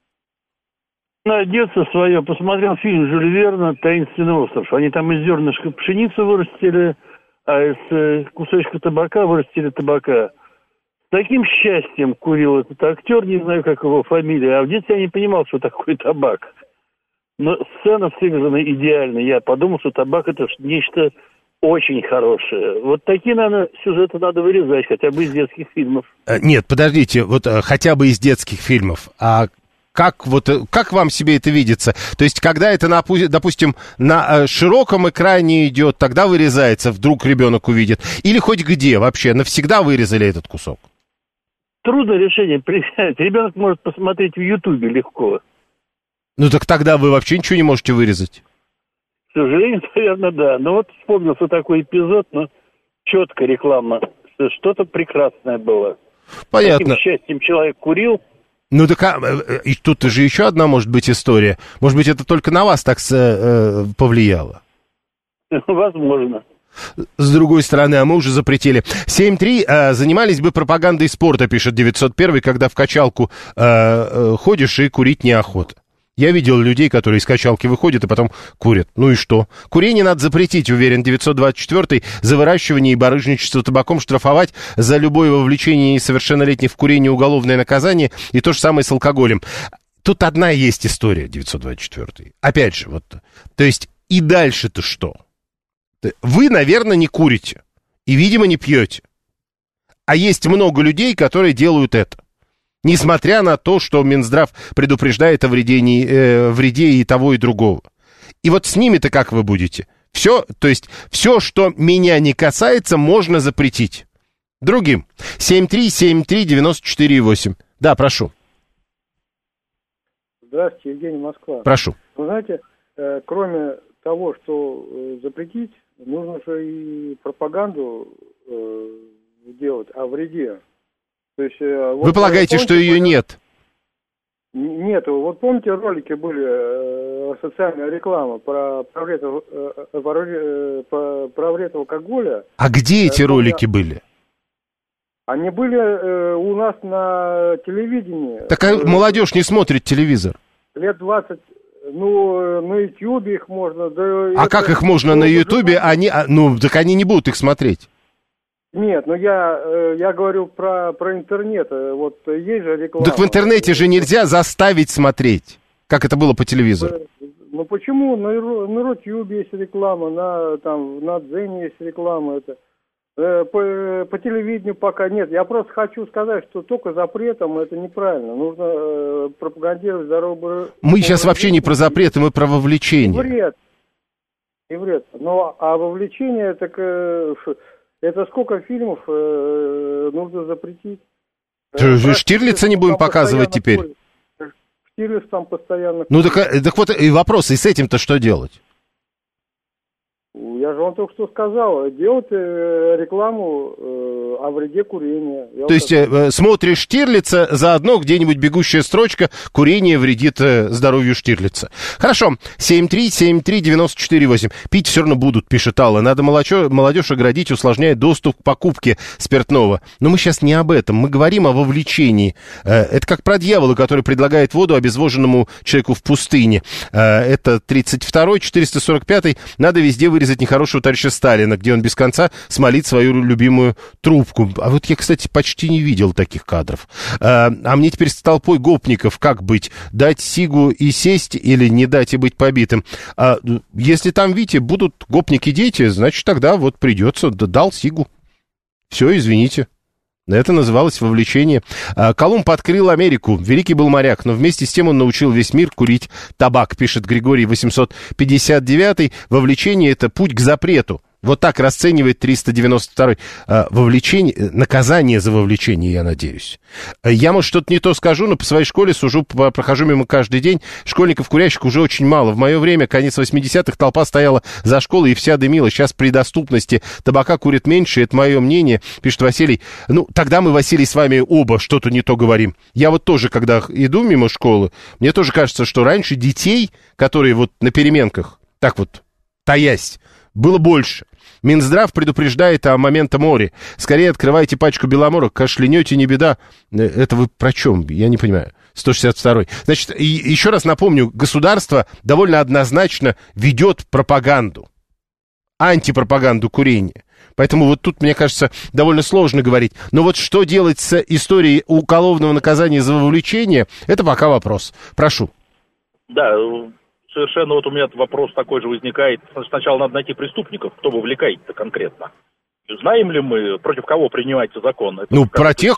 На детство свое посмотрел фильм Жюль Верна «Таинственный остров». Они там из зернышка пшеницы вырастили, а из кусочка табака вырастили табака. С таким счастьем курил этот актер, не знаю, как его фамилия, а в детстве я не понимал, что такое табак. Но сцена сыграна идеально. Я подумал, что табак — это нечто очень хорошее. Вот такие, наверное, сюжеты надо вырезать, хотя бы из детских фильмов. Нет, подождите, вот хотя бы из детских фильмов. А как вам себе это видится? То есть, когда это, допустим, на широком экране идет, тогда вырезается, вдруг ребенок увидит? Или хоть где вообще? Навсегда вырезали этот кусок? Трудное решение принять. Ребенок может посмотреть в Ютубе легко. Ну так тогда вы вообще ничего не можете вырезать? К сожалению, наверное, да. Но вот вспомнился такой эпизод, но четко реклама. Что-то прекрасное было. Понятно. Таким счастьем человек курил. Ну так, и тут же еще одна может быть история. Может быть, это только на вас так повлияло? Возможно. С другой стороны, а мы уже запретили. 7-3, занимались бы пропагандой спорта, пишет 901, когда в качалку ходишь и курить неохота. Я видел людей, которые из качалки выходят и потом курят. Ну и что? Курение надо запретить, уверен 924-й. За выращивание и барыжничество табаком штрафовать, за любое вовлечение несовершеннолетних в курение уголовное наказание. И то же самое с алкоголем. Тут одна есть история, 924-й. Опять же, вот. То есть и дальше-то что? Вы, наверное, не курите. И, видимо, не пьете. А есть много людей, которые делают это. Несмотря на то, что Минздрав предупреждает о вреде и того, и другого. И вот с ними-то как вы будете? Все, то есть, все, что меня не касается, можно запретить. Другим. 7373948. Да, прошу. Здравствуйте, Евгений, Москва. Прошу. Вы знаете, кроме того, что запретить, нужно же и пропаганду делать о вреде. То есть, вы полагаете, что ее нет? Нет. Вот помните, ролики были, социальная реклама про вред алкоголя? А где эти ролики были? Они были у нас на телевидении. Так молодежь не смотрит телевизор. Лет 20, на Ютьюбе их можно. Да, как их можно на Ютубе? Так они не будут их смотреть. Нет, я говорю про интернет. Вот есть же реклама. Так в интернете же нельзя заставить смотреть, как это было по телевизору. Ну почему? На Рутюбе есть реклама, на Дзене есть реклама. По телевидению пока нет. Я просто хочу сказать, что только запретом это неправильно. Нужно пропагандировать здоровый... Мы сейчас вообще не про запреты, мы про вовлечение. И вред. Ну, а вовлечение, так... Это сколько фильмов нужно запретить? Штирлица не будем показывать теперь. Штирлиц там постоянно... Ну так вот и вопрос, и с этим-то что делать? Я же вам только что сказал, делать рекламу о вреде курения. То есть смотришь Штирлица, заодно где-нибудь бегущая строчка «Курение вредит здоровью Штирлица». Хорошо, 7373948. Пить все равно будут, пишет Алла. Надо молодежь оградить, усложняет доступ к покупке спиртного. Но мы сейчас не об этом, мы говорим о вовлечении. Это как про дьявола, который предлагает воду обезвоженному человеку в пустыне. Это 32-й, 445-й. Надо везде вырезать нехорошего товарища Сталина, где он без конца смолит свою любимую трубку. А вот я, кстати, почти не видел таких кадров. А мне теперь с толпой гопников как быть? Дать сигу и сесть или не дать и быть побитым? Если там, видите, будут гопники-дети, значит, тогда вот придется, дал сигу. Все, извините. Это называлось вовлечение. Колумб открыл Америку. Великий был моряк, но вместе с тем он научил весь мир курить табак, пишет Григорий 859. Вовлечение — это путь к запрету. Вот так расценивает 392-й. Вовлечение, наказание за вовлечение, я надеюсь. Я, может, что-то не то скажу, но по своей школе сужу, прохожу мимо каждый день. Школьников курящих уже очень мало. В мое время, конец 80-х, толпа стояла за школой и вся дымила. Сейчас при доступности табака курят меньше, это мое мнение, пишет Василий. Ну, тогда мы, Василий, с вами оба что-то не то говорим. Я вот тоже, когда иду мимо школы, мне тоже кажется, что раньше детей, которые вот на переменках, так вот, таясь, было больше. Минздрав предупреждает о моменте море. Скорее открывайте пачку беломорок, кашлянете, не беда. Это вы про чем? Я не понимаю. 162-й. Значит, и еще раз напомню, государство довольно однозначно ведет пропаганду. Антипропаганду курения. Поэтому вот тут, мне кажется, довольно сложно говорить. Но вот что делать с историей уголовного наказания за вовлечение, это пока вопрос. Прошу. Да, совершенно вот у меня вопрос такой же возникает. Сначала надо найти преступников, кто вовлекает-то конкретно. Знаем ли мы, против кого принимается закон? Это про тех,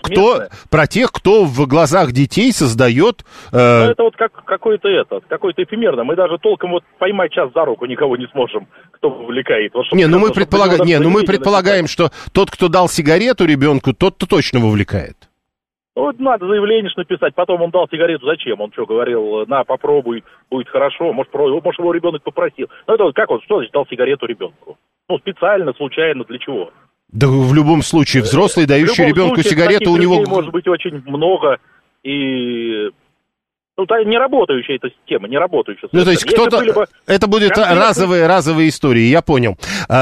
кто в глазах детей создает... Это вот какой-то эфемерно. Мы даже толком вот поймать сейчас за руку никого не сможем, кто вовлекает. Вот, мы предполагаем, что тот, кто дал сигарету ребенку, тот-то точно вовлекает. Ну, надо заявление написать, потом он дал сигарету, зачем? Он что, говорил, на, попробуй, будет хорошо, может его ребенок попросил. Ну, это как он, что значит дал сигарету ребенку? Ну, специально, случайно, для чего? Да в любом случае, взрослый, дающий ребенку сигарету, у него... может быть очень много, и... Ну, не работающая эта система, не работающая. Ну, то есть кто-то... Это будет разовые истории, я понял.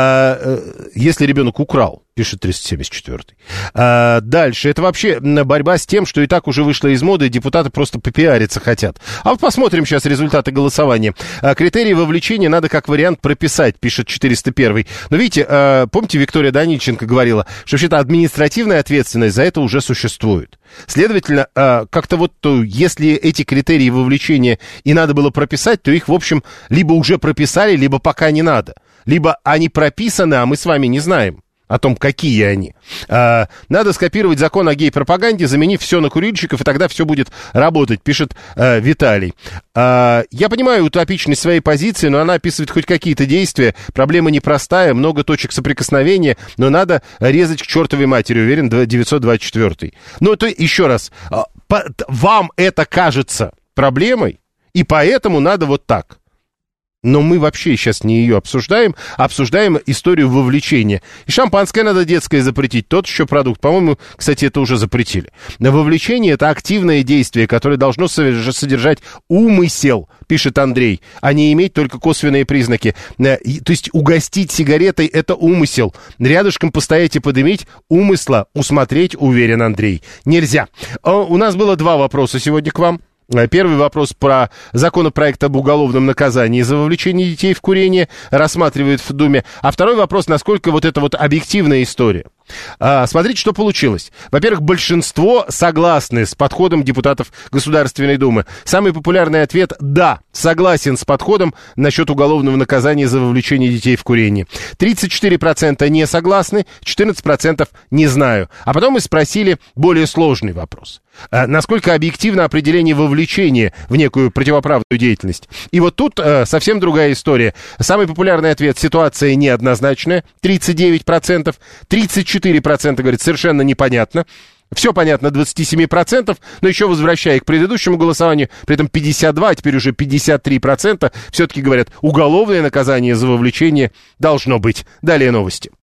Если ребенок украл, пишет 374-й. Дальше. Это вообще борьба с тем, что и так уже вышло из моды, депутаты просто попиариться хотят. А вот посмотрим сейчас результаты голосования. Критерии вовлечения надо как вариант прописать, пишет 401-й. Но видите, помните, Виктория Данильченко говорила, что вообще-то административная ответственность за это уже существует. Следовательно, как-то вот если эти критерии вовлечения и надо было прописать, то их, в общем, либо уже прописали, либо пока не надо. Либо они прописаны, а мы с вами не знаем о том, какие они. Надо скопировать закон о гей-пропаганде, заменив все на курильщиков, и тогда все будет работать, пишет Виталий. Я понимаю утопичность своей позиции, но она описывает хоть какие-то действия. Проблема непростая, много точек соприкосновения, но надо резать к чертовой матери, уверен 924-й. Ну, то еще раз, вам это кажется проблемой, и поэтому надо вот так. Но мы вообще сейчас не ее обсуждаем историю вовлечения. И шампанское надо детское запретить, тот еще продукт. По-моему, кстати, это уже запретили. Вовлечение — это активное действие, которое должно содержать умысел, пишет Андрей, а не иметь только косвенные признаки. То есть угостить сигаретой — это умысел. Рядышком постоять и подымить — умысла усмотреть, уверен Андрей. Нельзя. У нас было 2 вопроса сегодня к вам. Первый вопрос про законопроект об уголовном наказании за вовлечение детей в курение рассматривают в Думе. А второй вопрос, насколько вот это вот объективная история. Смотрите, что получилось. Во-первых, большинство согласны с подходом депутатов Государственной Думы. Самый популярный ответ – да, согласен с подходом насчет уголовного наказания за вовлечение детей в курение. 34% не согласны, 14% не знаю. А потом мы спросили более сложный вопрос. Насколько объективно определение вовлечения в некую противоправную деятельность? И вот тут совсем другая история. Самый популярный ответ – ситуация неоднозначная, 39%, 34% говорит, совершенно непонятно. Все понятно, 27%, но еще возвращая к предыдущему голосованию, при этом 52, а теперь уже 53% все-таки говорят, уголовное наказание за вовлечение должно быть. Далее новости.